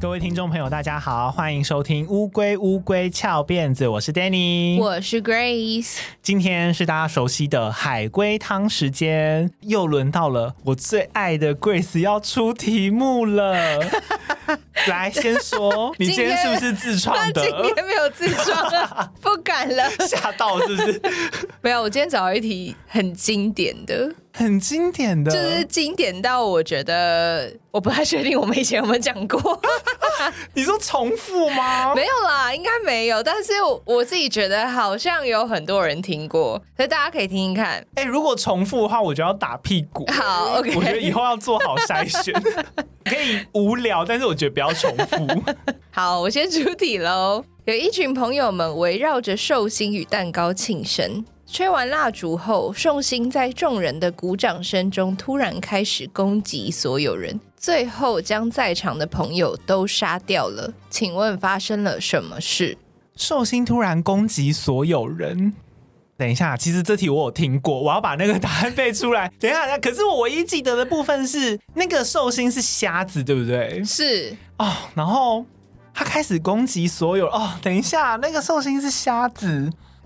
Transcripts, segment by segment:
各位听众朋友大家好，欢迎收听乌龟乌龟翘辫子，我是 Danny， 我是 Grace。 今天是大家熟悉的海龟汤时间，又轮到了我最爱的 Grace 要出题目了来先说你今天是不是自创的？ 今天没有自创啊不敢了， 吓到是不是？ 没有，我今天找了一题很经典的， 很经典的， 就是经典到我觉得我不太确定我们以前有没有讲过你说重复吗？ 没有啦，应该没有，但是我自己觉得好像有很多人听过，所以大家可以听听看。 如果重复的话我就要打屁股。 好 OK， 我觉得以后要做好筛选可以无聊，但是我觉得不要重复好，我先出题咯。有一群朋友们围绕着寿星与蛋糕庆生，吹完蜡烛后，寿星在众人的鼓掌声中突然开始攻击所有人，最后将在场的朋友都杀掉了。请问发生了什么事？ 寿星突然攻击所有人。等一下，其实这题我有听过，我要把那个答案背出来。等一下，可是我唯一记得的部分是那个寿星是瞎子，对不对？ 是哦，然后他开始攻击所有哦。等一下，那个寿星是瞎子，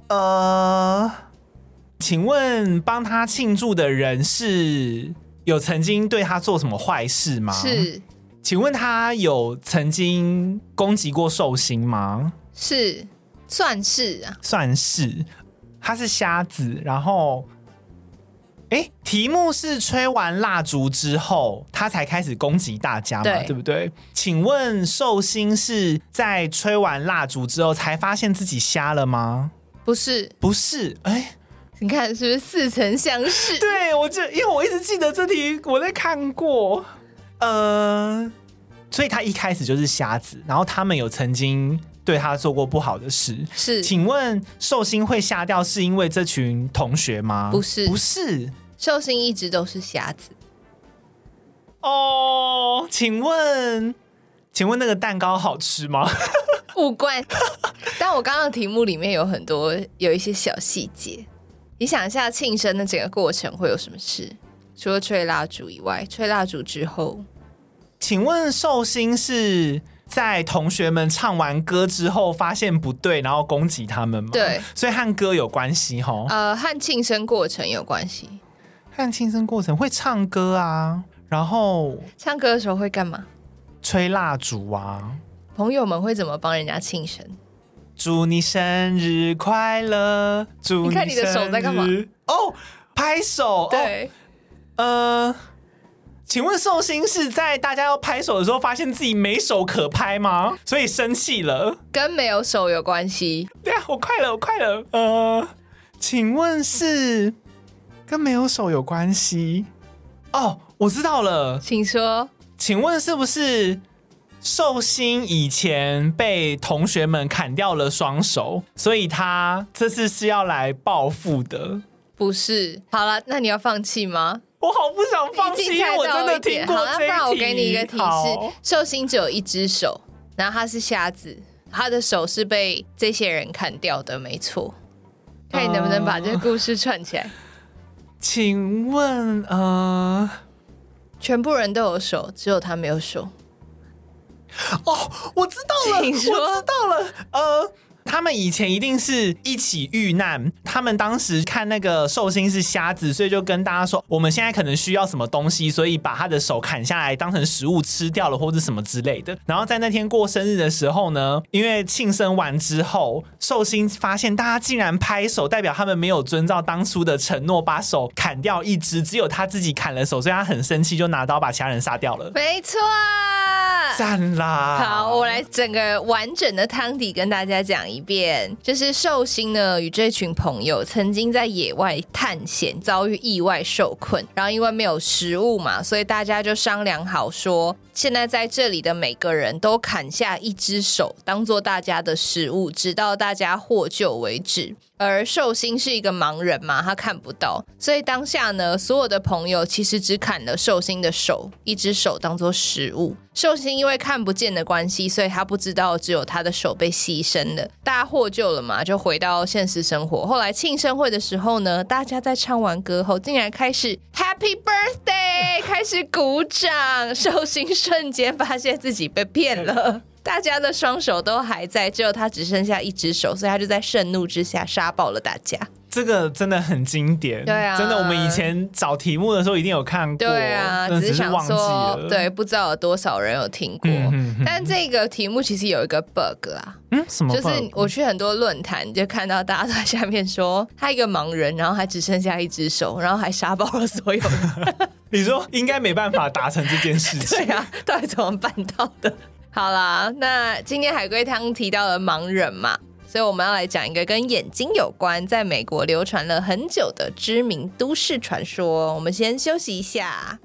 请问帮他庆祝的人是有曾经对他做什么坏事吗？ 是。 请问他有曾经攻击过寿星吗？ 是，算是啊， 算是。他是瞎子，然后题目是吹完蜡烛之后他才开始攻击大家嘛， 对不对？请问寿星是在吹完蜡烛之后才发现自己瞎了吗？ 不是， 不是。 你看是不是似曾相识？ 对，因为我一直记得这题我在看过，所以他一开始就是瞎子，然后他们有曾经对他做过不好的事。 是。 请问寿星会瞎掉是因为这群同学吗？ 不是， 不是。 寿星一直都是瞎子。 哦，请问那个蛋糕好吃吗？ 无关。但我刚刚的题目里面有一些小细节，你想一下庆生的整个过程会有什么事？除了吹蜡烛以外，吹蜡烛之后， 请问寿星是在同学们唱完歌之后发现不对，然后攻击他们吗？ 对， 所以和歌有关系齁。 和庆生过程有关系。 和庆生过程会唱歌啊，然后唱歌的时候会干嘛？ 吹蜡烛啊。 朋友们会怎么帮人家庆生？ 祝你生日快乐！祝你生日。 你看你的手在干嘛？ 哦，拍手。 对。 请问寿星是在大家要拍手的时候发现自己没手可拍吗？所以生气了？ 跟没有手有关系。 对啊，我快了。请问是跟没有手有关系？哦，我知道了， 请说。 请问是不是寿星以前被同学们砍掉了双手，所以他这次是要来报复的？ 不是。好了，那你要放弃吗？ 我好不想放弃，因为我真的听过这一题。 好，那不然我给你一个提示，寿星只有一只手，然后他是瞎子，他的手是被这些人砍掉的，没错。看你能不能把这个故事串起来。 请问全部人都有手，只有他没有手。 哦，我知道了， 请说。 我知道了。他们以前一定是一起遇难，他们当时看那个寿星是瞎子，所以就跟大家说我们现在可能需要什么东西，所以把他的手砍下来当成食物吃掉了或者什么之类的。然后在那天过生日的时候呢，因为庆生完之后，寿星发现大家竟然拍手，代表他们没有遵照当初的承诺，把手砍掉一只，只有他自己砍了手，所以他很生气，就拿刀把其他人杀掉了。 没错。 赞啦！ 好，我来整个完整的汤底跟大家讲一遍。就是寿星呢与这群朋友曾经在野外探险，遭遇意外受困，然后因为没有食物嘛，所以大家就商量好说，现在在这里的每个人都砍下一只手当做大家的食物，直到大家获救为止。 而寿星是一个盲人嘛，他看不到，所以当下呢，所有的朋友其实只砍了寿星的手，一只手当作食物。寿星因为看不见的关系，所以他不知道只有他的手被牺牲了。大家获救了嘛，就回到现实生活。后来庆生会的时候呢，大家在唱完歌后，竟然开始 Happy Birthday， 开始鼓掌。寿星瞬间发现自己被骗了。大家的双手都还在，只有他只剩下一只手，所以他就在盛怒之下杀爆了大家。 这个真的很经典， 对啊， 真的我们以前找题目的时候一定有看过， 对啊，只是想忘记说， 了， 对，不知道有多少人有听过。但这个题目其实有一个 bug 啦， 什么 bug？ 就是我去很多论坛就看到大家都在下面说，他一个盲人，然后还只剩下一只手，然后还杀爆了所有人。 你说应该没办法达成这件事情， 对啊，到底怎么办到的？好啦，那今天海龟汤提到了盲人嘛，所以我们要来讲一个跟眼睛有关，在美国流传了很久的知名都市传说。我们先休息一下。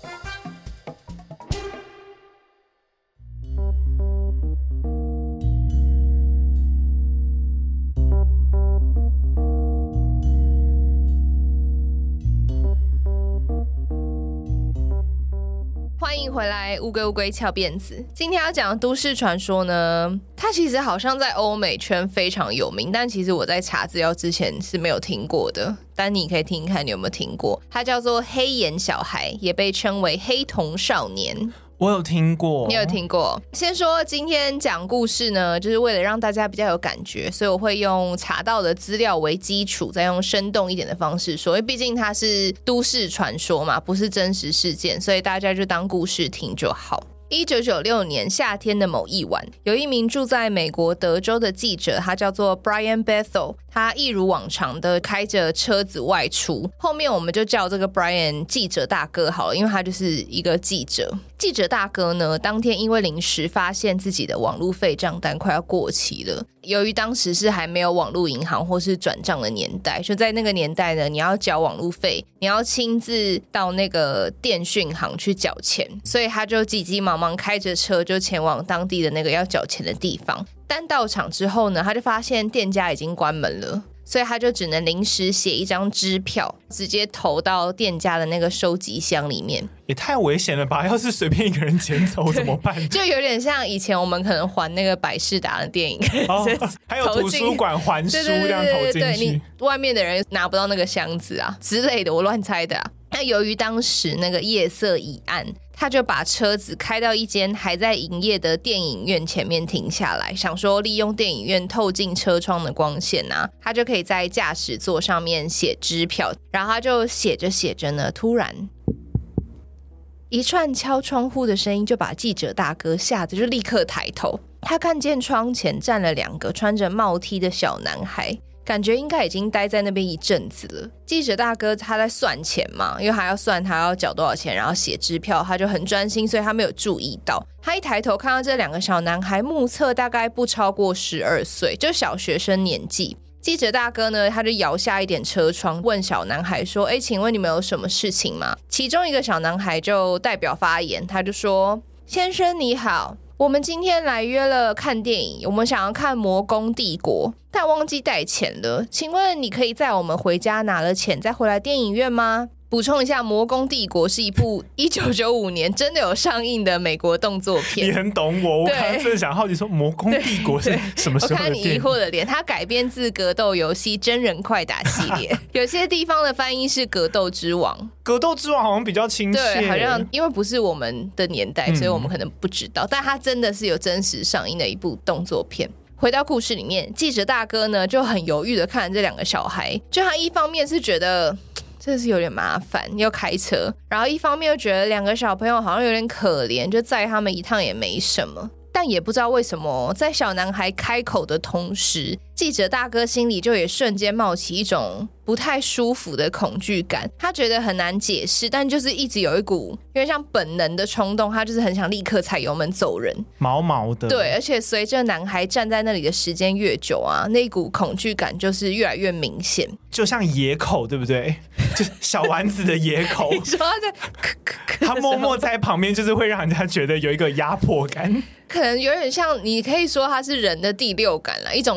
欢迎回来，乌龟乌龟翘辫子。今天要讲的都市传说呢，它其实好像在欧美圈非常有名，但其实我在查资料之前是没有听过的。丹尼可以听听看，你有没有听过？它叫做黑眼小孩，也被称为黑瞳少年。 我有听过， 你有听过？先说今天讲故事呢，就是为了让大家比较有感觉，所以我会用查到的资料为基础，再用生动一点的方式说。因为毕竟它是都市传说嘛，不是真实事件，所以大家就当故事听就好。1996年夏天的某一晚，有一名住在美国德州的记者，他叫做 Brian Bethel， 他一如往常的开着车子外出。后面我们就叫这个 Brian 记者大哥好了，因为他就是一个记者。记者大哥呢，当天因为临时发现自己的网路费账单快要过期了。由于当时是还没有网路银行或是转账的年代，就在那个年代呢，你要缴网路费，你要亲自到那个电讯行去缴钱，所以他就急急忙忙开着车就前往当地的那个要缴钱的地方。但到场之后呢，他就发现店家已经关门了，所以他就只能临时写一张支票，直接投到店家的那个收集箱里面。 也太危险了吧！要是随便一个人捡走怎么办？ 就有点像以前我们可能还那个百视达的电影， 还有图书馆还书这样投进去， 对，你外面的人拿不到那个箱子啊之类的，我乱猜的啊。那由于当时那个夜色已暗，他就把车子开到一间还在营业的电影院前面停下来，想说利用电影院透进车窗的光线啊，他就可以在驾驶座上面写支票。然后他就写着写着呢，突然一串敲窗户的声音就把记者大哥吓得就立刻抬头。他看见窗前站了2个穿着帽 T 的小男孩，感觉应该已经待在那边一阵子了。记者大哥他在算钱嘛，因为还要算他要缴多少钱，然后写支票，他就很专心，所以他没有注意到。他一抬头看到这2个小男孩，目测大概不超过12岁，就小学生年纪。记者大哥呢，他就摇下一点车窗，问小男孩说：请问你们有什么事情吗？其中一个小男孩就代表发言，他就说：先生你好，我们今天来约了看电影，我们想要看《魔宫帝国》，但忘记带钱了，请问你可以载我们回家拿了钱再回来电影院吗？补充一下，《魔宫帝国》是一部1995年真的有上映的美国动作片。 你很懂我，我刚刚真的想好奇说，《魔宫帝国》是什么时候的电影？ 我看你疑惑的脸，它改编自格斗游戏真人快打系列，有些地方的翻译是格斗之王。 格斗之王好像比较亲切， 对，好像因为不是我们的年代，所以我们可能不知道，但它真的是有真实上映的一部动作片。回到故事里面，记者大哥呢就很犹豫的看着这2个小孩，就他一方面是觉得这是有点麻烦，要开车，然后一方面又觉得2个小朋友好像有点可怜，就载他们一趟也没什么。但也不知道为什么，在小男孩开口的同时，记者大哥心里就也瞬间冒起一种不太舒服的恐惧感。他觉得很难解释，但就是一直有一股有点像本能的冲动，他就是很想立刻踩油门走人， 毛毛的。 对，而且随着男孩站在那里的时间越久啊，那股恐惧感就是越来越明显， 就像野口，对不对？就小丸子的野口。 你说他默默在旁边，就是会让人家觉得有一个压迫感。 可能有点像，你可以说它是人的第6感啦，一种直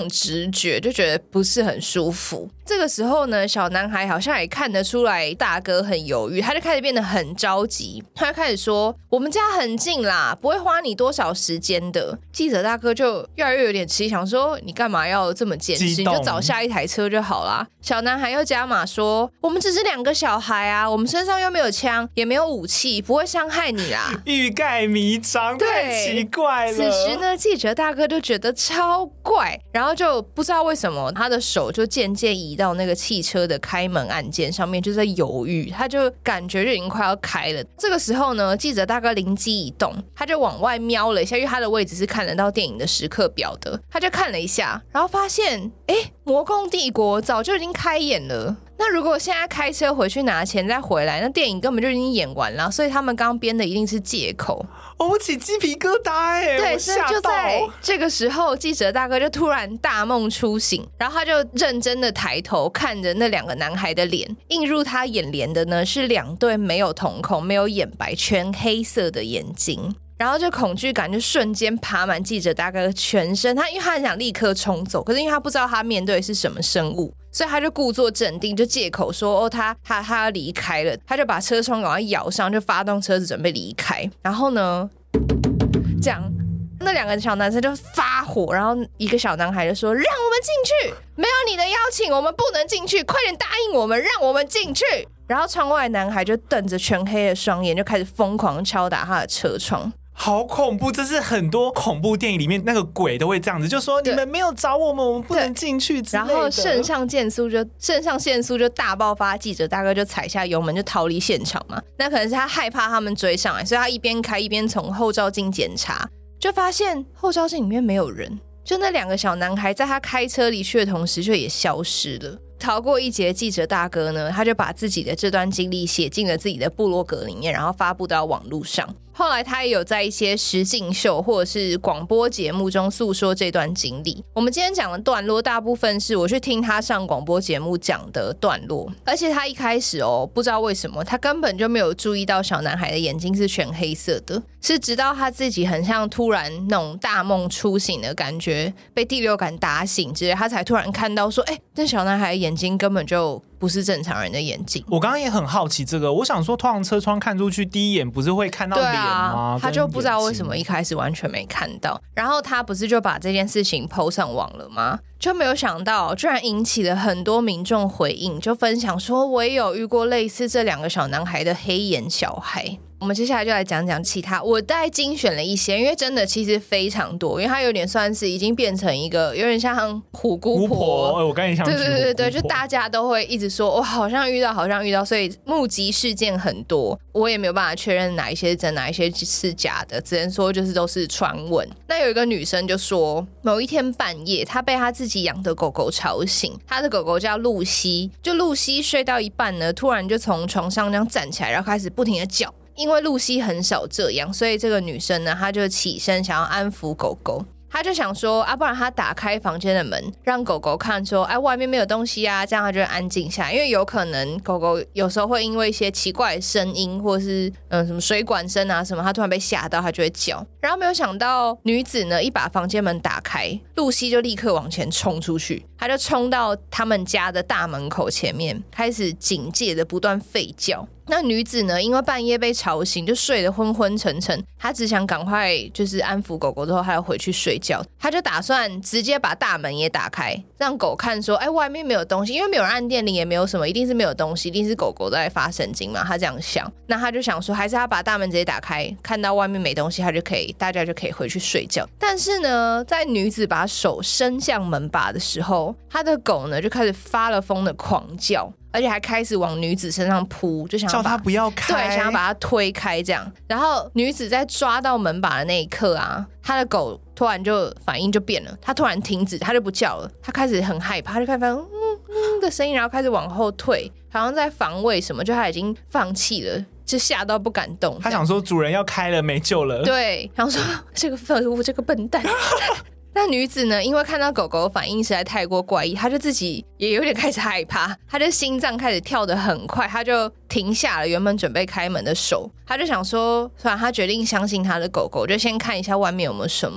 直觉，就觉得不是很舒服。这个时候呢，小男孩好像也看得出来大哥很犹豫，他就开始变得很着急，他就开始说我们家很近啦，不会花你多少时间的。记者大哥就越来越有点迟疑，想说你干嘛要这么坚持，你就找下一台车就好啦。小男孩又加码说我们只是2个小孩啊，我们身上又没有枪也没有武器，不会伤害你啦。 欲盖弥彰，太奇怪了。 此时呢，记者大哥就觉得超怪，然后就不知道为什么他的手就渐渐移到那个汽车的开门按键上面，就在犹豫，他就感觉就已经快要开了。这个时候呢，记者大哥灵机一动，他就往外瞄了一下，因为他的位置是看得到电影的时刻表的，他就看了一下，然后发现魔宫帝国早就已经开演了。那如果现在开车回去拿钱再回来，那电影根本就已经演完了，所以他们刚编的一定是借口。 我起鸡皮疙瘩对，所以就在这个时候，记者大哥就突然大梦初醒，然后他就认真的抬头看着那2个男孩的脸，映入他眼帘的呢是2对没有瞳孔、没有眼白、全黑色的眼睛。然后就恐惧感就瞬间爬满记者大哥的全身，因为他很想立刻冲走，可是因为他不知道他面对的是什么生物，所以他就故作镇定，就借口说他要离开了，他就把车窗赶快摇上，就发动车子准备离开。然后呢，这样那2个小男生就发火，然后一个小男孩就说让我们进去，没有你的邀请我们不能进去，快点答应我们，让我们进去。然后窗外的男孩就瞪着全黑的双眼，就开始疯狂敲打他的车窗。 好恐怖，这是很多恐怖电影里面那个鬼都会这样子，就说你们没有找我们，我们不能进去之类的。 然后肾上腺素就大爆发，记者大哥就踩下油门就逃离现场嘛。那可能是他害怕他们追上来，所以他一边开一边从后照镜检查，就发现后照镜里面没有人，就那2个小男孩在他开车离去的同时就也消失了。逃过一劫记者大哥呢，他就把自己的这段经历写进了自己的部落格里面，然后发布到网络上。后来他也有在一些实境秀或者是广播节目中诉说这段经历。我们今天讲的段落大部分是我去听他上广播节目讲的段落，而且他一开始不知道为什么他根本就没有注意到小男孩的眼睛是全黑色的，是直到他自己很像突然那种大梦初醒的感觉，被第六感打醒之类，他才突然看到说这小男孩的眼睛根本就不是正常人的眼睛。 我刚刚也很好奇这个，我想说通常车窗看出去第一眼不是会看到脸吗？ 他就不知道为什么一开始完全没看到，然后他不是就把这件事情 po 上网了吗？就没有想到居然引起了很多民众回应，就分享说我也有遇过类似这2个小男孩的黑眼小孩。我们接下来就来讲讲其他，我大概精选了一些，因为真的其实非常多，因为它有点算是已经变成一个有点像虎姑婆， 我刚才想对，就大家都会一直说我好像遇到，所以目击事件很多，我也没有办法确认哪一些是真哪一些是假的，只能说就是都是传闻。那有一个女生就说某一天半夜她被她自己养的狗狗吵醒，她的狗狗叫露西，就露西睡到一半呢，突然就从床上这样站起来，然后开始不停的叫。因为露西很少这样，所以这个女生呢，她就起身想要安抚狗狗。她就想说不然她打开房间的门，让狗狗看说外面没有东西啊，这样她就会安静下来。因为有可能狗狗有时候会因为一些奇怪的声音，或是什么水管声啊什么，她突然被吓到，她就会叫。然后没有想到女子呢一把房间门打开，露西就立刻往前冲出去，她就冲到他们家的大门口前面，开始警戒的不断吠叫。那女子呢，因为半夜被吵醒，就睡得昏昏沉沉，她只想赶快就是安抚狗狗之后，她要回去睡觉。她就打算直接把大门也打开，让狗看说外面没有东西，因为没有人按电铃，也没有什么，一定是没有东西，一定是狗狗在发神经嘛，她这样想。那她就想说还是她把大门直接打开，看到外面没东西，大家就可以回去睡觉。但是呢，在女子把手伸向门把的时候，她的狗呢就开始发了疯的狂叫，而且还开始往女子身上扑，就想要叫她不要开， 对，想要把她推开这样。然后女子在抓到门把的那一刻她的狗突然就反应就变了，她突然停止，她就不叫了，她开始很害怕，她就开始发出的声音，然后开始往后退，好像在防卫什么，就她已经放弃了，就吓到不敢动。 她想说主人要开了，没救了。 对，然后说这个废物，这个笨蛋。那女子呢，因为看到狗狗反应实在太过怪异，她就自己也有点开始害怕，她的心脏开始跳得很快，她就停下了原本准备开门的手，她就想说，虽然她决定相信她的狗狗，就先看一下外面有没有什么。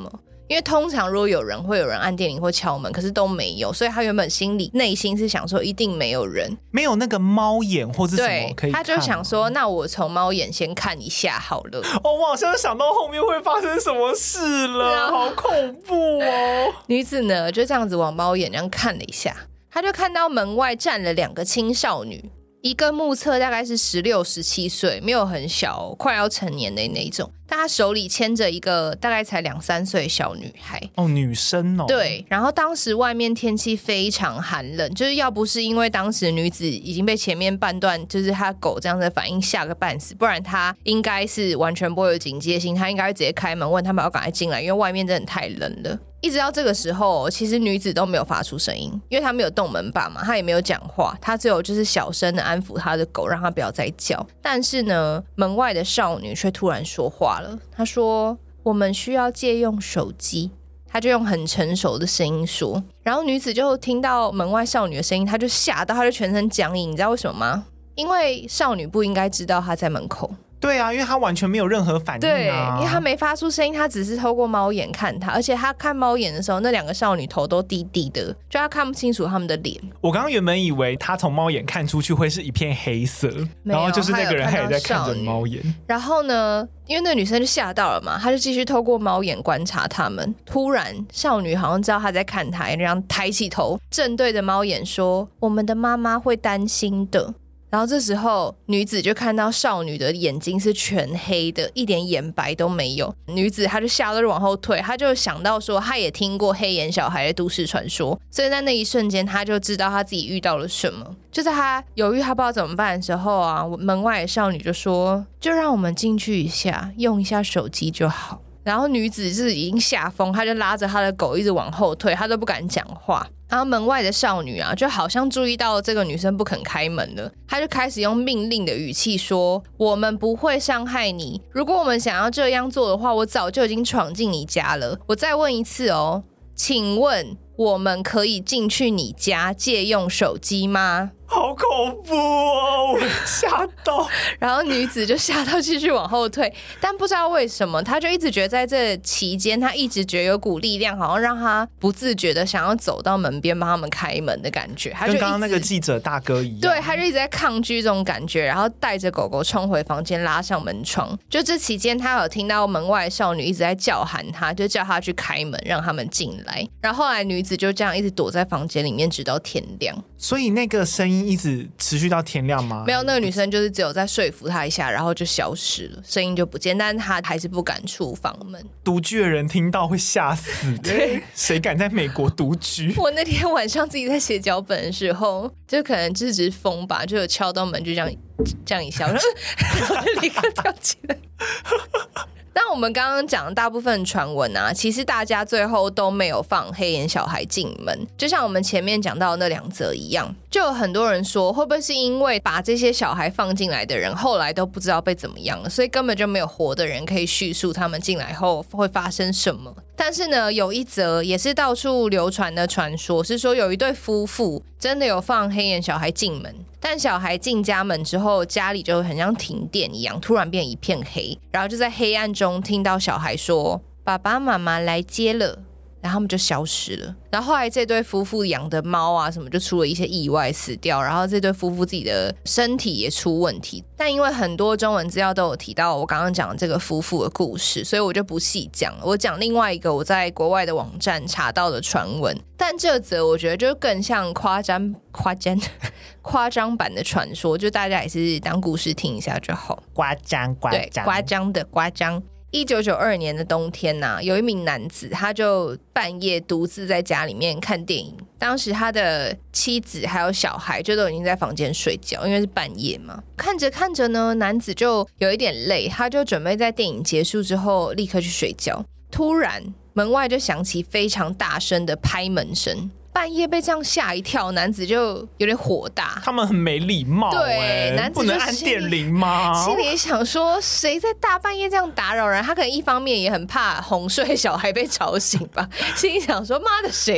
因为通常如果有人会有人按电铃或敲门，可是都没有，所以他原本内心是想说一定没有人， 没有那个猫眼或是什么可以看， 他就想说那我从猫眼先看一下好了。 我好像想到后面会发生什么事了，好恐怖哦。 女子呢就这样子往猫眼这样看了一下，她就看到门外站了2个青少女，一个目测大概是16、17岁，没有很小，快要成年的那一种，但她手里牵着一个大概才2、3岁的小女孩。 女生哦。 对，然后当时外面天气非常寒冷，就是要不是因为当时女子已经被前面半段就是她狗这样的反应吓个半死，不然她应该是完全不会有警戒心，她应该会直接开门问他们要赶快进来，因为外面真的太冷了。一直到这个时候，其实女子都没有发出声音，因为她没有动门把嘛，她也没有讲话，她只有就是小声的安抚她的狗，让她不要再叫。但是呢，门外的少女却突然说话了，她说：“我们需要借用手机。”她就用很成熟的声音说，然后女子就听到门外少女的声音，她就吓到，她就全身僵硬。你知道为什么吗？因为少女不应该知道她在门口。 对啊，因为他完全没有任何反应啊。 对，因为他没发出声音，他只是透过猫眼看他，而且他看猫眼的时候，那2个少女头都低低的，就他看不清楚他们的脸。 我刚刚原本以为他从猫眼看出去会是一片黑色，然后就是那个人他也在看着猫眼。 然后呢，因为那个女生就吓到了嘛，她就继续透过猫眼观察他们。突然，少女好像知道他在看她，这样抬起头，正对着猫眼说：“我们的妈妈会担心的。”然后这时候女子就看到少女的眼睛是全黑的，一点眼白都没有。女子她就吓到就往后退，她就想到说她也听过黑眼小孩的都市传说，所以在那一瞬间她就知道她自己遇到了什么。就在她犹豫她不知道怎么办的时候啊，门外的少女就说：“就让我们进去一下，用一下手机就好。”然后女子是已经吓疯，她就拉着她的狗一直往后退，她都不敢讲话。然后门外的少女啊，就好像注意到这个女生不肯开门了，她就开始用命令的语气说：“我们不会伤害你，如果我们想要这样做的话，我早就已经闯进你家了。我再问一次哦，请问我们可以进去你家借用手机吗？” 好恐怖哦！我吓到， 然后女子就吓到继续往后退，但不知道为什么，她就一直觉得在这期间，她一直觉得有股力量，好像让她不自觉的想要走到门边帮他们开门的感觉。她就跟刚刚那个记者大哥一样， 对，她就一直在抗拒这种感觉，然后带着狗狗冲回房间，拉上门窗。就这期间，她有听到门外的少女一直在叫喊她，就叫她去开门，让他们进来。然后后来女子就这样一直躲在房间里面，直到天亮。 所以那个声音一直持续到天亮吗？ 没有，那个女生就是只有在说服她一下，然后就消失了，声音就不见，但是她还是不敢出房门。 独居的人听到会吓死，对，谁敢在美国独居？ 我那天晚上自己在写脚本的时候，就可能就是只是风吧，就有敲到门，就这样一下，我说然后就立刻跳起来。但我们刚刚讲的大部分传闻啊，其实大家最后都没有放黑眼小孩进门，就像我们前面讲到的那2则一样，就有很多人说，会不会是因为把这些小孩放进来的人后来都不知道被怎么样了，所以根本就没有活的人可以叙述他们进来后会发生什么。但是呢，有一则也是到处流传的传说，是说有一对夫妇真的有放黑眼小孩进门，但小孩进家门之后，家里就很像停电一样，突然变一片黑，然后就在黑暗中听到小孩说：“爸爸妈妈来接了。”然后他们就消失了。然后后来这对夫妇养的猫啊什么就出了一些意外死掉，然后这对夫妇自己的身体也出问题。但因为很多中文资料都有提到我刚刚讲的这个夫妇的故事，所以我就不细讲了。我讲另外一个我在国外的网站查到的传闻，但这则我觉得就更像夸张版的传说，就大家也是当故事听一下就好。对，夸张。1992年的冬天啊，有一名男子，他就半夜独自在家里面看电影。当时他的妻子还有小孩就都已经在房间睡觉，因为是半夜嘛。看着看着呢，男子就有一点累，他就准备在电影结束之后立刻去睡觉。突然门外就响起非常大声的拍门声。半夜被这样吓一跳，男子就有点火大。 他们很没礼貌， 对，男子不能按电铃吗？ 心里想说，谁在大半夜这样打扰人？他可能一方面也很怕哄睡小孩被吵醒吧，心里想说，妈的谁啊？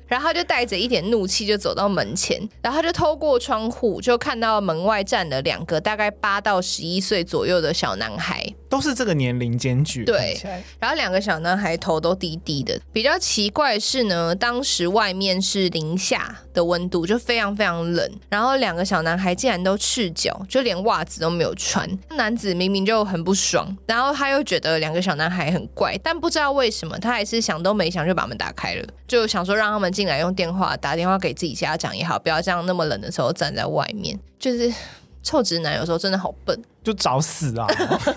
然后他就带着一点怒气就走到门前，然后他就透过窗户就看到门外站了2个大概8到11岁左右的小男孩， 都是这个年龄间距。 对，然后2个小男孩头都低低的。比较奇怪的是呢，当时外面是零下的温度，就非常非常冷，然后2个小男孩竟然都赤脚，就连袜子都没有穿。男子明明就很不爽，然后他又觉得2个小男孩很怪，但不知道为什么他还是想都没想就把门打开了，就想说让他们进来用电话打电话给自己家长也好，不要这样那么冷的时候站在外面。就是臭直男有时候真的好笨， 就找死啊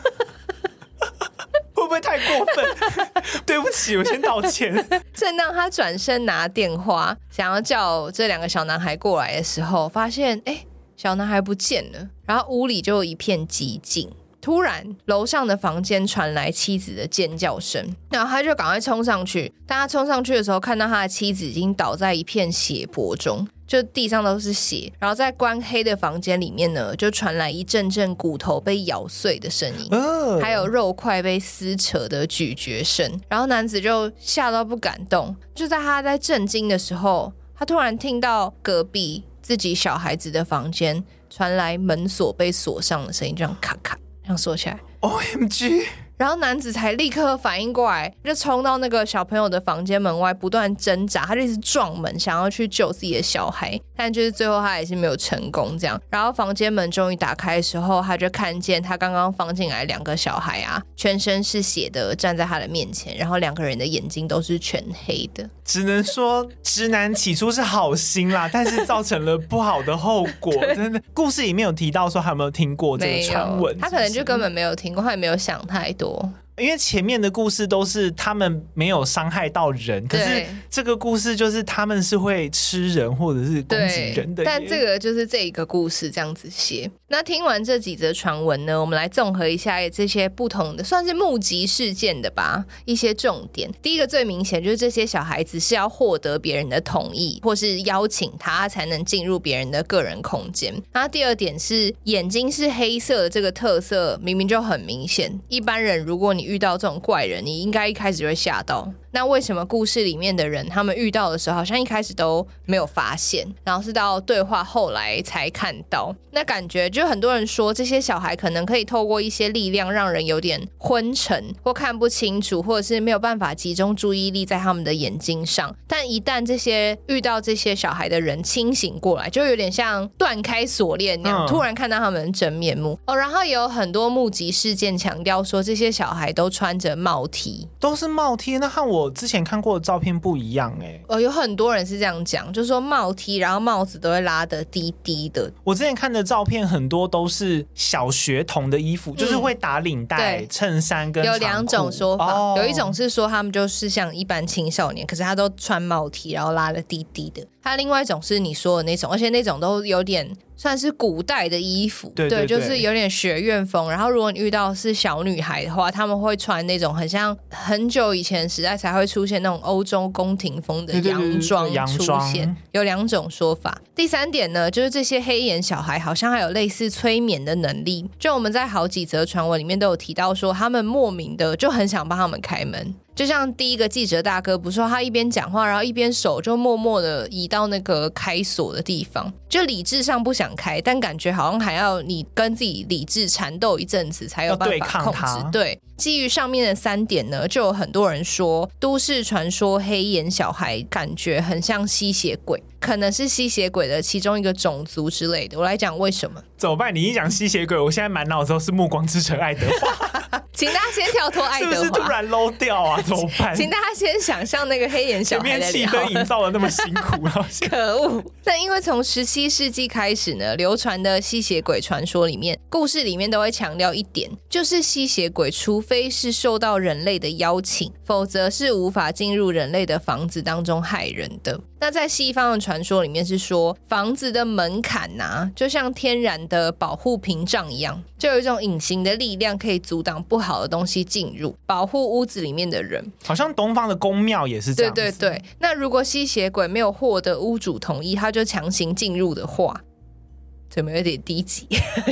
会不会太过分对不起，我先道歉。 正当他转身拿电话想要叫这2个小男孩过来的时候，发现小男孩不见了，然后屋里就一片寂静。突然楼上的房间传来妻子的尖叫声，然后他就赶快冲上去。当他冲上去的时候，看到他的妻子已经倒在一片血泊中，就地上都是血。然后在关黑的房间里面呢，就传来一阵阵骨头被咬碎的声音，还有肉块被撕扯的咀嚼声。然后男子就吓到不敢动。就在他在震惊的时候，他突然听到隔壁自己小孩子的房间传来门锁被锁上的声音，这样咔咔这样锁起来。 OMG， 然后男子才立刻反应过来，就冲到那个小朋友的房间门外不断挣扎，他就一直撞门想要去救自己的小孩，但就是最后他也是没有成功这样。然后房间门终于打开的时候，他就看见他刚刚放进来2个小孩啊，全身是血的站在他的面前，然后2个人的眼睛都是全黑的。 只能说直男起初是好心啦，但是造成了不好的后果。真的，故事里面有提到说他有没有听过这个传闻， 他可能就根本没有听过，他也没有想太多。 因为前面的故事都是他们没有伤害到人，可是这个故事就是他们是会吃人或者是攻击人的。 但这个就是这一个故事这样子写。那听完这几则传闻呢，我们来综合一下这些不同的算是目击事件的吧，一些重点。第一个最明显就是这些小孩子是要获得别人的同意或是邀请他才能进入别人的个人空间。那第二点是眼睛是黑色的这个特色明明就很明显，一般人如果你遇到这种怪人，你应该一开始就会吓到。那为什么故事里面的人他们遇到的时候好像一开始都没有发现，然后是到对话后来才看到？那感觉就很多人说这些小孩可能可以透过一些力量让人有点昏沉或看不清楚，或者是没有办法集中注意力在他们的眼睛上。但一旦遇到这些小孩的人清醒过来，就有点像断开锁链那样，突然看到他们的真面目。然后也有很多目击事件强调说这些小孩都穿着帽 T， 都是帽 T， 那和我之前看过的照片不一样有很多人是这样讲，就是说帽 T， 然后帽子都会拉得低低的。 我之前看的照片很多都是小学童的衣服，就是会打领带、衬衫跟长裤。有 2种说法，有一种是说他们就是像一般青少年，可是他都穿帽 T， 然后拉得低低的。还有另外一种是你说的那种，而且那种都有点算是古代的衣服，对，就是有点学院风。然后如果你遇到是小女孩的话，他们会穿那种很像很久以前时代才会出现那种欧洲宫廷风的洋装出现。有2种说法。第3点呢，就是这些黑眼小孩好像还有类似催眠的能力，就我们在好几则传闻里面都有提到说他们莫名的就很想帮他们开门。就像第一个记者大哥不是说他一边讲话然后一边手就默默的移到那个开锁的地方，就理智上不想开，但感觉好像还要你跟自己理智缠斗一阵子才有办法控制。对，基于上面的3点呢，就有很多人说都市传说黑眼小孩感觉很像吸血鬼，可能是吸血鬼的其中一个种族之类的。我来讲为什么。 怎么办？你一讲吸血鬼，我现在满脑子都是暮光之城爱德华请大家先跳脱爱德华， 是不是突然 low 掉啊？怎么办？ 请大家先想象那个黑眼小孩的前面气氛营造的那么辛苦可恶。但因为从17世纪开始呢，流传的吸血鬼传说里面，故事里面都会强调一点，就是吸血鬼除非是受到人类的邀请，否则是无法进入人类的房子当中害人的。那在西方的传说里面是说，房子的门槛啊，就像天然的保护屏障一样，就有一种隐形的力量可以阻挡不好的东西进入，保护屋子里面的人。 好像东方的宫庙也是这样子。 对，那如果吸血鬼没有获得屋主同意，他就强行进入的话，怎么有点低级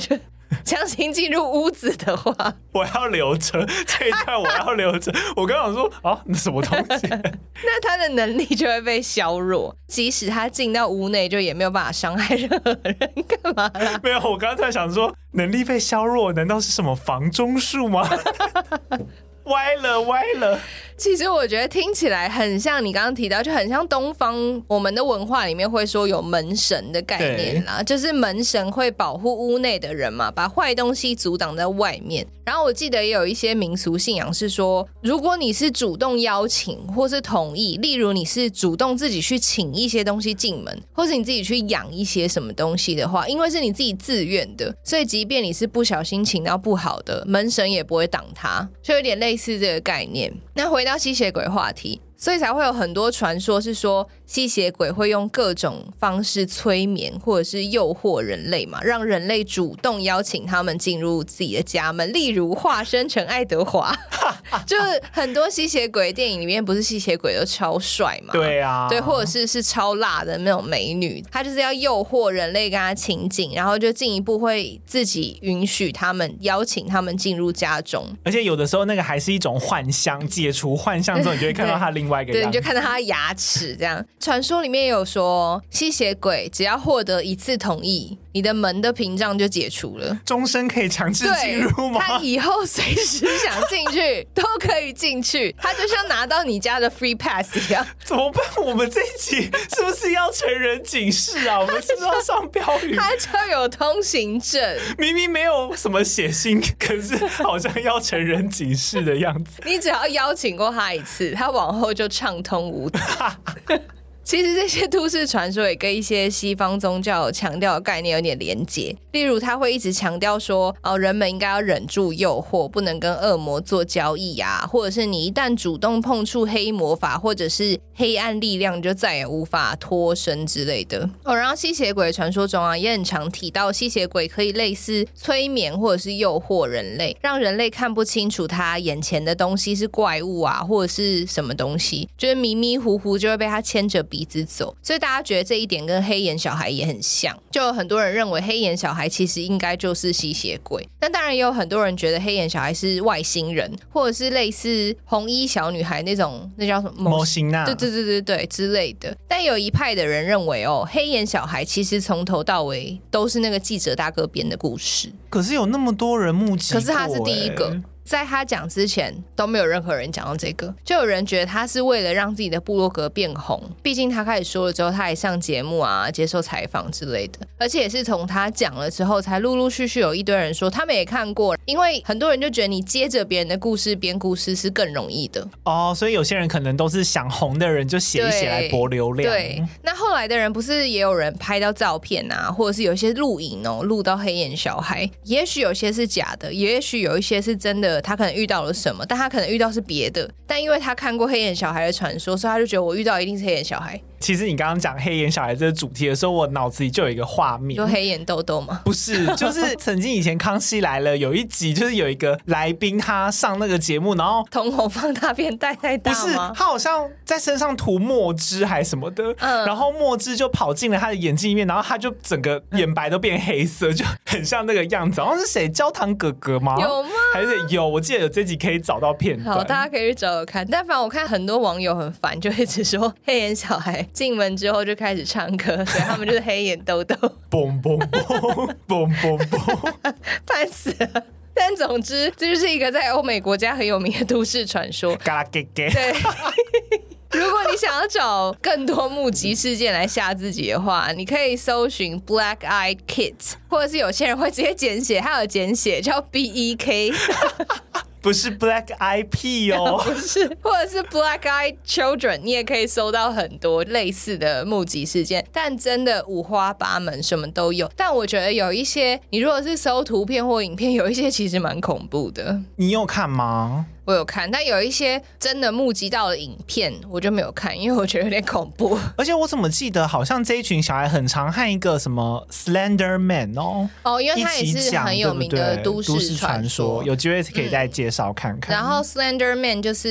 强行进入屋子的话， 我要留着这一段，我要留着。我刚想说啊，那什么东西？ 那他的能力就会被削弱，即使他进到屋内，就也没有办法伤害任何人。干嘛啦？ 没有，我刚才想说，能力被削弱，难道是什么房中术吗？歪了。 其实我觉得听起来很像你刚刚提到，就很像东方我们的文化里面会说有门神的概念啦，就是门神会保护屋内的人嘛，把坏东西阻挡在外面。然后我记得也有一些民俗信仰是说，如果你是主动邀请或是同意，例如你是主动自己去请一些东西进门，或是你自己去养一些什么东西的话，因为是你自己自愿的，所以即便你是不小心请到不好的，门神也不会挡它，就有点类似这个概念。那回到吸血鬼话题，所以才会有很多传说是说吸血鬼会用各种方式催眠或者是诱惑人类嘛，让人类主动邀请他们进入自己的家门，例如化身成爱德华就是很多吸血鬼电影里面不是吸血鬼都超帅嘛， 对啊， 对，或者是超辣的那种美女，她就是要诱惑人类跟她亲近，然后就进一步会自己允许他们邀请他们进入家中， 而且有的时候那个还是一种幻象，解除幻象之后，你就会看到他另外一个样子， 对，你就看到他的牙齿这样。传说里面也有说，吸血鬼只要获得一次同意，你的门的屏障就解除了， 终身可以强制进入吗？ 他以后随时想进去都可以进去，他就像拿到你家的 free pass 一样。 怎么办？我们这一集是不是要成人警示啊？我们是不是要上标语？ 他就有通行证， 明明没有什么血腥，可是好像要成人警示的样子。 你只要邀请过他一次，他往后就畅通无阻。其实这些都市传说也跟一些西方宗教强调的概念有点连结，例如他会一直强调说，人们应该要忍住诱惑，不能跟恶魔做交易啊，或者是你一旦主动碰触黑魔法或者是黑暗力量，就再也无法脱身之类的。然后吸血鬼传说中啊，也很常提到吸血鬼可以类似催眠或者是诱惑人类，让人类看不清楚他眼前的东西是怪物啊，或者是什么东西，就是迷迷糊糊就会被他牵着鼻子走。所以大家觉得这一点跟黑眼小孩也很像，就有很多人认为黑眼小孩其实应该就是吸血鬼。那当然也有很多人觉得黑眼小孩是外星人，或者是类似红衣小女孩那种，那叫什么模型啊， 对之类的。但有一派的人认为黑眼小孩其实从头到尾都是那个记者大哥编的故事。 可是有那么多人目击过， 可是他是第一个。在他讲之前都没有任何人讲到这个，就有人觉得他是为了让自己的部落格变红，毕竟他开始说了之后，他也上节目啊，接受采访之类的，而且也是从他讲了之后才陆陆续续有一堆人说他们也看过，因为很多人就觉得你接着别人的故事编故事是更容易的所以有些人可能都是想红的人就写一写来博流量。 对，那后来的人不是也有人拍到照片啊，或者是有一些录影录到黑眼小孩，也许有些是假的，也许有一些是真的，他可能遇到了什么，但他可能遇到是别的，但因为他看过黑眼小孩的传说，所以他就觉得我遇到一定是黑眼小孩。 其实你刚刚讲黑眼小孩这个主题的时候，我脑子里就有一个画面， 就黑眼豆豆吗？ 不是，就是曾经以前康熙来了有一集，就是有一个来宾他上那个节目，然后瞳孔放大变太大吗？ 不是，他好像在身上涂墨汁还什么的，然后墨汁就跑进了他的眼睛里面，然后他就整个眼白都变黑色，就很像那个样子。好像是谁？焦糖哥哥吗？ 有吗？ 还是有？我记得有这集可以找到片段。 好，大家可以去找找看。但反正我看很多网友很烦，就一直说黑眼小孩进门之后就开始唱歌，所以他们就是黑眼豆豆。 嘣嘣嘣嘣嘣嘣， 烦死了。但总之，这就是一个在欧美国家很有名的都市传说。 嘎啦给给。 对。如果你想要找更多目击事件来吓自己的话，你可以搜寻 Black Eyed Kids， 或者是有些人会直接简写，还有简写叫 BEK。 不是 Black Eyed P 不是，或者是 Black Eyed Children， 你也可以搜到很多类似的目击事件，但真的五花八门，什么都有。但我觉得有一些，你如果是搜图片或影片，有一些其实蛮恐怖的。 你有看吗？ 我有看，但有一些真的目击到的影片我就没有看，因为我觉得有点恐怖。 而且我怎么记得好像这一群小孩很常和一个什么 Slender Man 因为他也是很有名的都市传说， 有机会可以再介绍看看。 然后 Slender Man 就是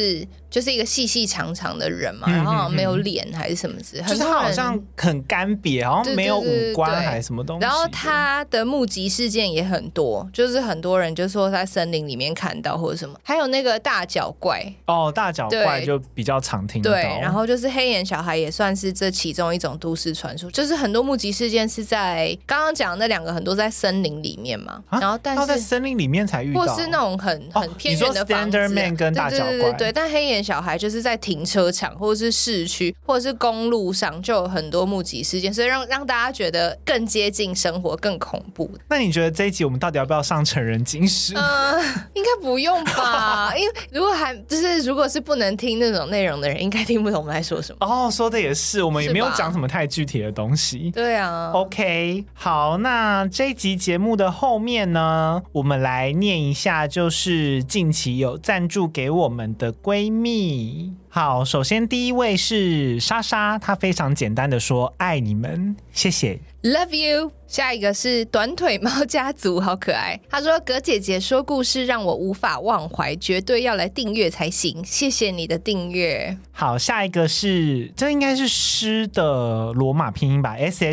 就是一个细细长长的人嘛，然后好像没有脸还是什么之， 就是他好像很干瘪，好像没有五官还是什么东西。 然后他的目击事件也很多，就是很多人就说在森林里面看到或者什么，还有那个大脚怪哦，大脚怪就比较常听到。 对，然后就是黑眼小孩也算是这其中一种都市传说，就是很多目击事件是在刚刚讲的那2个很多在森林里面嘛，然后但是在森林里面才遇到， 或是那种很偏远的房子， 你说 Slenderman 跟大脚怪， 对，但黑眼小孩就是在停车场或者是市区或者是公路上就有很多目击事件，所以让大家觉得更接近生活，更恐怖。 那你觉得这一集我们到底要不要上成人警示？ 应该不用吧，因为如果是不能听那种内容的人，应该听不懂我们在说什么。 哦，说的也是，我们也没有讲什么太具体的东西。 对啊 ，OK， 好，那这一集节目的后面呢，我们来念一下，就是近期有赞助给我们的闺蜜。好，首先第一位是莎莎，她非常简单的说爱你们，谢谢 ，Love you。下一个是短腿猫家族，好可爱。他说葛姐姐说故事让我无法忘怀，绝对要来订阅才行，谢谢你的订阅。 好，下一个是这应该是诗的罗马拼音吧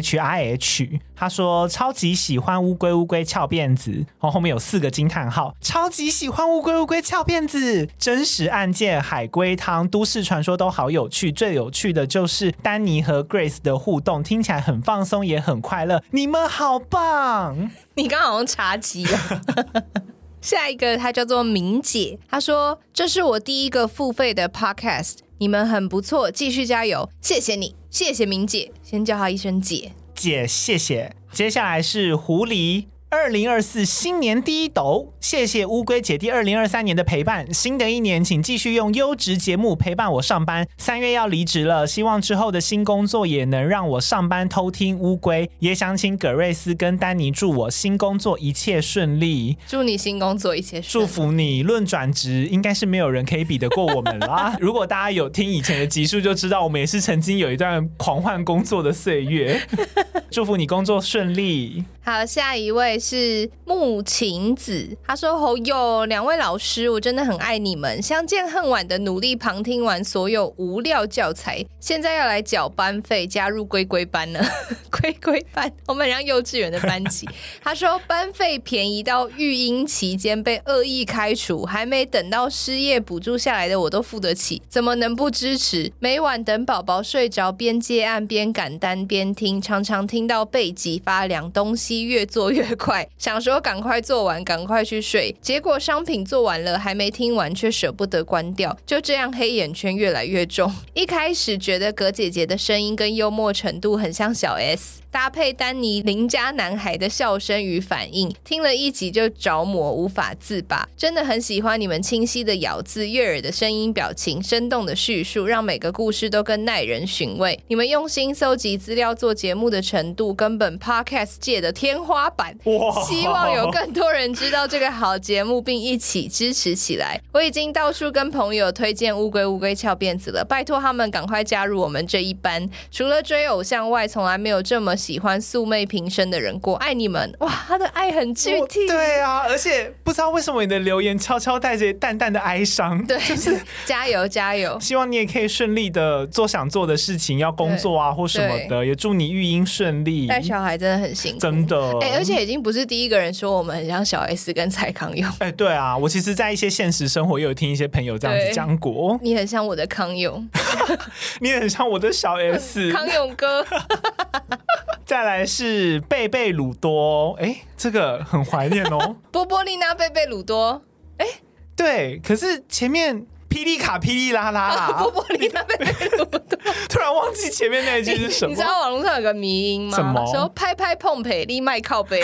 SHIH。他说超级喜欢乌龟乌龟翘辫子，然后后面有4个惊叹号，超级喜欢乌龟乌龟翘辫子，真实案件海龟汤都市传说都好有趣，最有趣的就是丹尼和 Grace 的互动，听起来很放松也很快乐，你们好棒。 你刚好像茶几啊下一个他叫做明姐，他说这是我第一个付费的 podcast， 你们很不错，继续加油，谢谢你，谢谢明姐，先叫她一声姐姐，谢谢。接下来是狐狸2024新年第一斗，谢谢乌龟姐弟2023年的陪伴，新的一年请继续用优质节目陪伴我上班，3月要离职了，希望之后的新工作也能让我上班偷听乌龟，也想请葛瑞斯跟丹尼祝我新工作一切顺利。 祝你新工作一切顺利， 祝福你，论转职应该是没有人可以比得过我们啦如果大家有听以前的集数就知道我们也是曾经有一段狂换工作的岁月祝福你工作顺利。 好，下一位是木晴子，他说吼哟，2位老师，我真的很爱你们，相见恨晚的努力旁听完所有无料教材，现在要来缴班费，加入龟龟班了龟龟班，我们很像幼稚园的班级他说班费便宜到育婴期间被恶意开除，还没等到失业补助下来的我都付得起，怎么能不支持？每晚等宝宝睡着，边接案边赶单边听，常常听到背脊发凉，东西越做越快，想说赶快做完赶快去睡，结果商品做完了还没听完却舍不得关掉，就这样黑眼圈越来越重。一开始觉得葛姐姐的声音跟幽默程度很像小 S， 搭配丹尼邻家男孩的笑声与反应，听了一集就着魔无法自拔，真的很喜欢你们清晰的咬字，悦耳的声音表情，生动的叙述，让每个故事都更耐人寻味。你们用心搜集资料做节目的程度根本 Podcast 界的天花板，希望有更多人知道这个好节目并一起支持起来。我已经到处跟朋友推荐乌龟乌龟翘辫子了，拜托他们赶快加入我们这一班，除了追偶像外从来没有这么喜欢素昧平生的人过，爱你们。哇，他的爱很具体。 对啊，而且不知道为什么你的留言悄悄带着淡淡的哀伤， 对，就是加油加油， 希望你也可以顺利的做想做的事情，要工作啊或什么的，也祝你育婴顺利。 带小孩真的很辛苦， 真的。 而且已经不是第一个人说我们很像小 S 跟蔡康永。 对啊，我其实在一些现实生活也有听一些朋友这样子讲过。 你很像我的康永你很像我的小 S 康永哥再来是贝贝鲁多，这个很怀念哦波波丽娜贝贝鲁多， 对，可是前面霹雳卡霹雳啦啦啦波波丽娜贝贝鲁多突然忘记前面那一句是什么。 你知道网络上有个迷因吗？ 什么？ 说拍拍碰培立麦靠背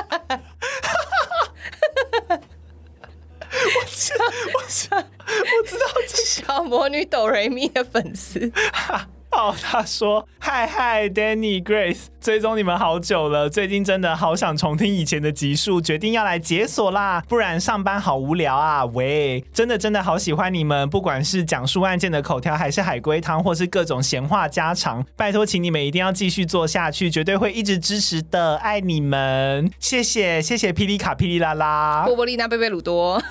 我知道这小魔女哆瑞咪的粉丝他说嗨嗨 Danny Grace 追踪你们好久了，最近真的好想重听以前的集数，决定要来解锁啦，不然上班好无聊啊。喂，真的好喜欢你们，不管是讲述案件的口条还是海龟汤或是各种闲话家常，拜托请你们一定要继续做下去，绝对会一直支持的，爱你们，谢谢霹雳卡霹雳啦啦波波丽娜贝贝鲁多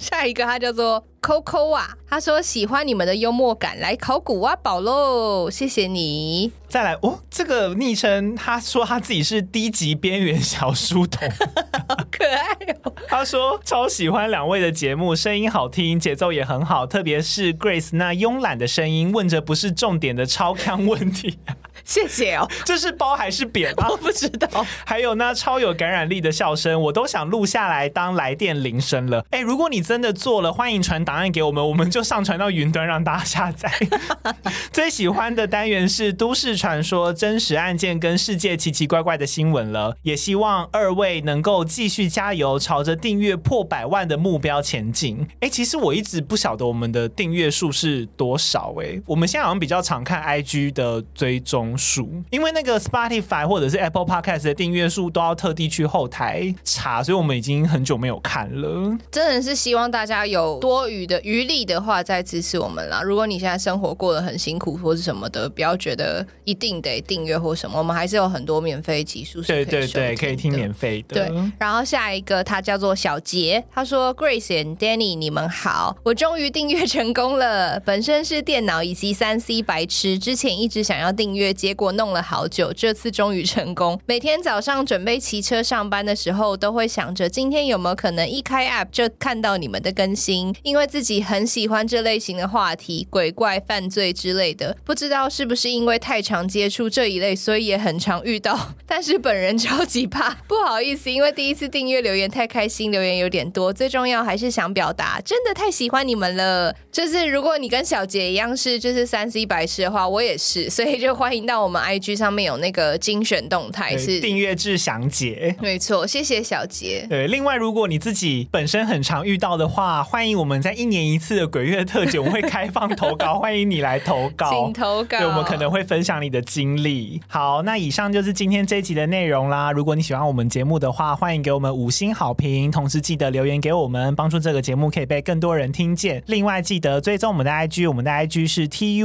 下一个他叫做 Coco 啊，他说喜欢你们的幽默感，来考古挖宝喽，谢谢你。 再来这个昵称他说他自己是低级边缘小书童好可爱哦。 他说超喜欢两位的节目，声音好听，节奏也很好，特别是 Grace 那慵懒的声音，问着不是重点的超康问题谢谢哦。 这是包还是扁啊？ 我不知道。 还有那超有感染力的笑声，我都想录下来当来电铃声了。如果你真的做了，欢迎传档案给我们，我们就上传到云端让大家下载最喜欢的单元是都市传说、真实案件跟世界奇奇怪怪的新闻了，也希望二位能够继续加油，朝着订阅破100万的目标前进。其实我一直不晓得我们的订阅数是多少。我们现在好像比较常看 IG 的追踪数，因为那个 Spotify 或者是 Apple Podcast 的订阅数都要特地去后台查，所以我们已经很久没有看了。 真的是希望大家有多余的余力的话再支持我们啦。如果你现在生活过得很辛苦或是什么的，不要觉得一定得订阅或什么，我们还是有很多免费集数是可以收听的。对对对， 可以听免费的。 对，然后下一个他叫做小杰，他说 Grace and Danny 你们好，我终于订阅成功了。本身是电脑以及 3C 白痴，之前一直想要订阅，结果弄了好久，这次终于成功。每天早上准备骑车上班的时候，都会想着今天有没有可能一开 App 就看到你们的更新，因为自己很喜欢这类型的话题，鬼怪、犯罪之类的。不知道是不是因为太常接触这一类，所以也很常遇到，但是本人超级怕，不好意思，因为第一次订阅留言太开心，留言有点多，最重要还是想表达真的太喜欢你们了。就是如果你跟小杰一样是就是 3C 白痴的话，我也是，所以就欢迎到我们 IG 上面有那个精选动态是订阅制详解。 没错，谢谢小杰。 对，另外如果你自己本身很常遇到的话，欢迎我们在1年1次的鬼月特辑我们会开放投稿欢迎你来投稿， 请投稿。 对，我们可能会分享你的经历。好，那以上就是今天这一集的内容啦。如果你喜欢我们节目的话，欢迎给我们5星好评，同时记得留言给我们，帮助这个节目可以被更多人听见。另外记得追踪我们的 IG， 我们的 IG 是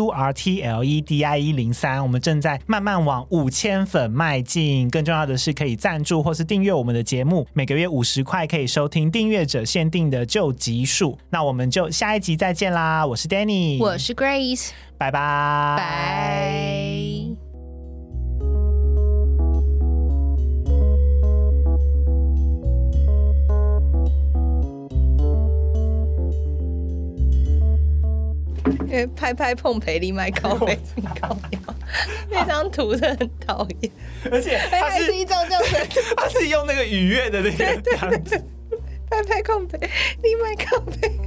TURTLEDIE03， 我们正在慢慢往5000粉迈进。更重要的是可以赞助或是订阅我们的节目，每个月50块可以收听订阅者限定的旧集数。那我们就下一集再见啦，我是 Danny， 我是 Grace， 拜拜拜。因为拍拍碰培力麦高飞进高腰那张图真的很讨厌， 而且它是一张这样的， 它是用那个愉悦的那个样子， 拍拍碰培力麦高飞。